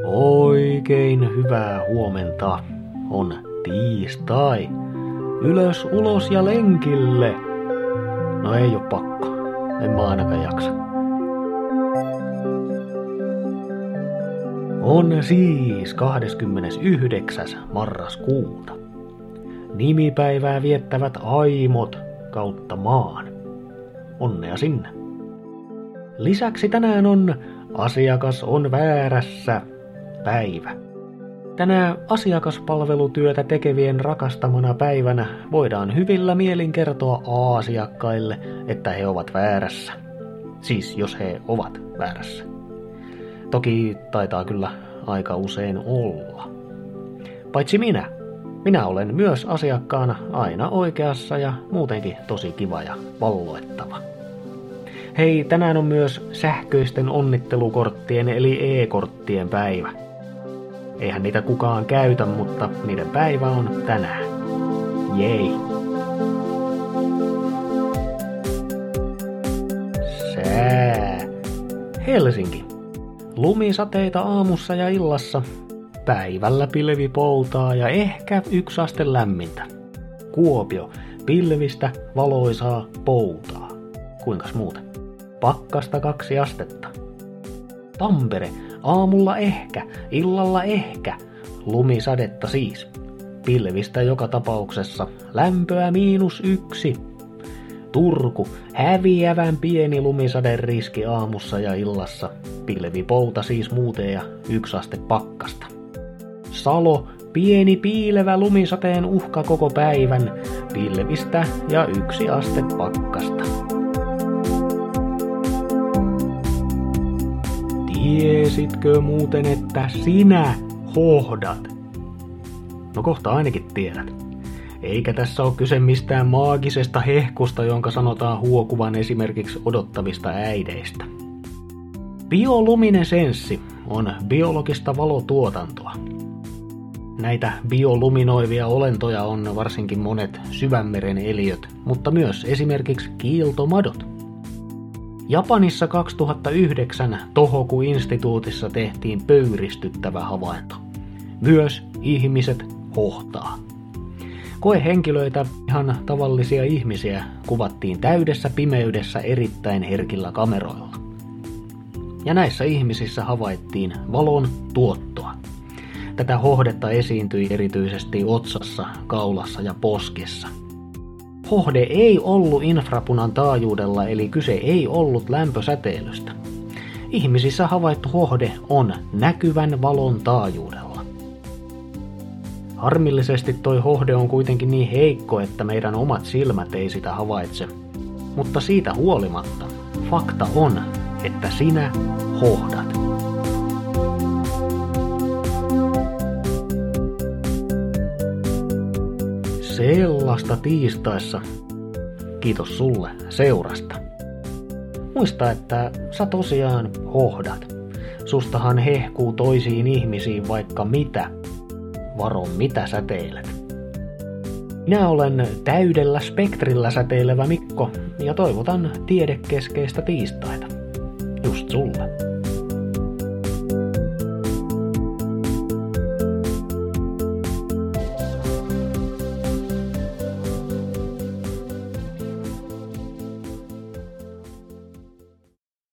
Oikein hyvää huomenta. On tiistai. Ylös, ulos ja lenkille. No ei oo pakko. En mä ainakaan jaksa. On siis 29. marraskuuta. Nimipäivää viettävät aimot kautta maan. Onnea sinne. Lisäksi tänään on asiakas on väärässä päivä. Tänä asiakaspalvelutyötä tekevien rakastamana päivänä voidaan hyvillä mielin kertoa asiakkaille, että he ovat väärässä. Siis jos he ovat väärässä. Toki taitaa kyllä aika usein olla. Paitsi minä. Minä olen myös asiakkaana aina oikeassa ja muutenkin tosi kiva ja valloittava. Hei, tänään on myös sähköisten onnittelukorttien eli e-korttien päivä. Eihän niitä kukaan käytä, mutta niiden päivä on tänään. Jei. Sää. Helsinki. Lumisateita aamussa ja illassa. Päivällä pilvi poutaa ja ehkä 1 aste lämmintä. Kuopio. Pilvistä, valoisaa, poutaa. Kuinkas muuten? Pakkasta 2 astetta. Tampere. Aamulla ehkä, illalla ehkä. Lumisadetta siis. Pilvistä joka tapauksessa. Lämpöä -1. Turku. Häviävän pieni lumisaderiski aamussa ja illassa. Pilvipouta siis muuten ja 1 aste pakkasta. Salo. Pieni piilevä lumisateen uhka koko päivän. Pilvistä ja 1 aste pakkasta. Tiesitkö muuten, että sinä hohdat? No kohta ainakin tiedät. Eikä tässä ole kyse mistään maagisesta hehkusta, jonka sanotaan huokuvan esimerkiksi odottavista äideistä. Bioluminesenssi on biologista valotuotantoa. Näitä bioluminoivia olentoja on varsinkin monet syvänmeren eliöt, mutta myös esimerkiksi kiiltomadot. Japanissa 2009 Tohoku-instituutissa tehtiin pöyristyttävä havainto. Myös ihmiset hohtaa. Koehenkilöitä, ihan tavallisia ihmisiä, kuvattiin täydessä pimeydessä erittäin herkillä kameroilla. Ja näissä ihmisissä havaittiin valon tuottoa. Tätä hohdetta esiintyi erityisesti otsassa, kaulassa ja poskessa. Hohde ei ollut infrapunan taajuudella, eli kyse ei ollut lämpösäteilystä. Ihmisissä havaittu hohde on näkyvän valon taajuudella. Harmillisesti toi hohde on kuitenkin niin heikko, että meidän omat silmät ei sitä havaitse. Mutta siitä huolimatta, fakta on, että sinä hohdat. Sellaista tiistaissa. Kiitos sulle seurasta. Muista, että sä tosiaan hohdat. Sustahan hehkuu toisiin ihmisiin vaikka mitä. Varo mitä säteilet. Minä olen täydellä spektrillä säteilevä Mikko ja toivotan tiedekeskeistä tiistaita. Just sulle.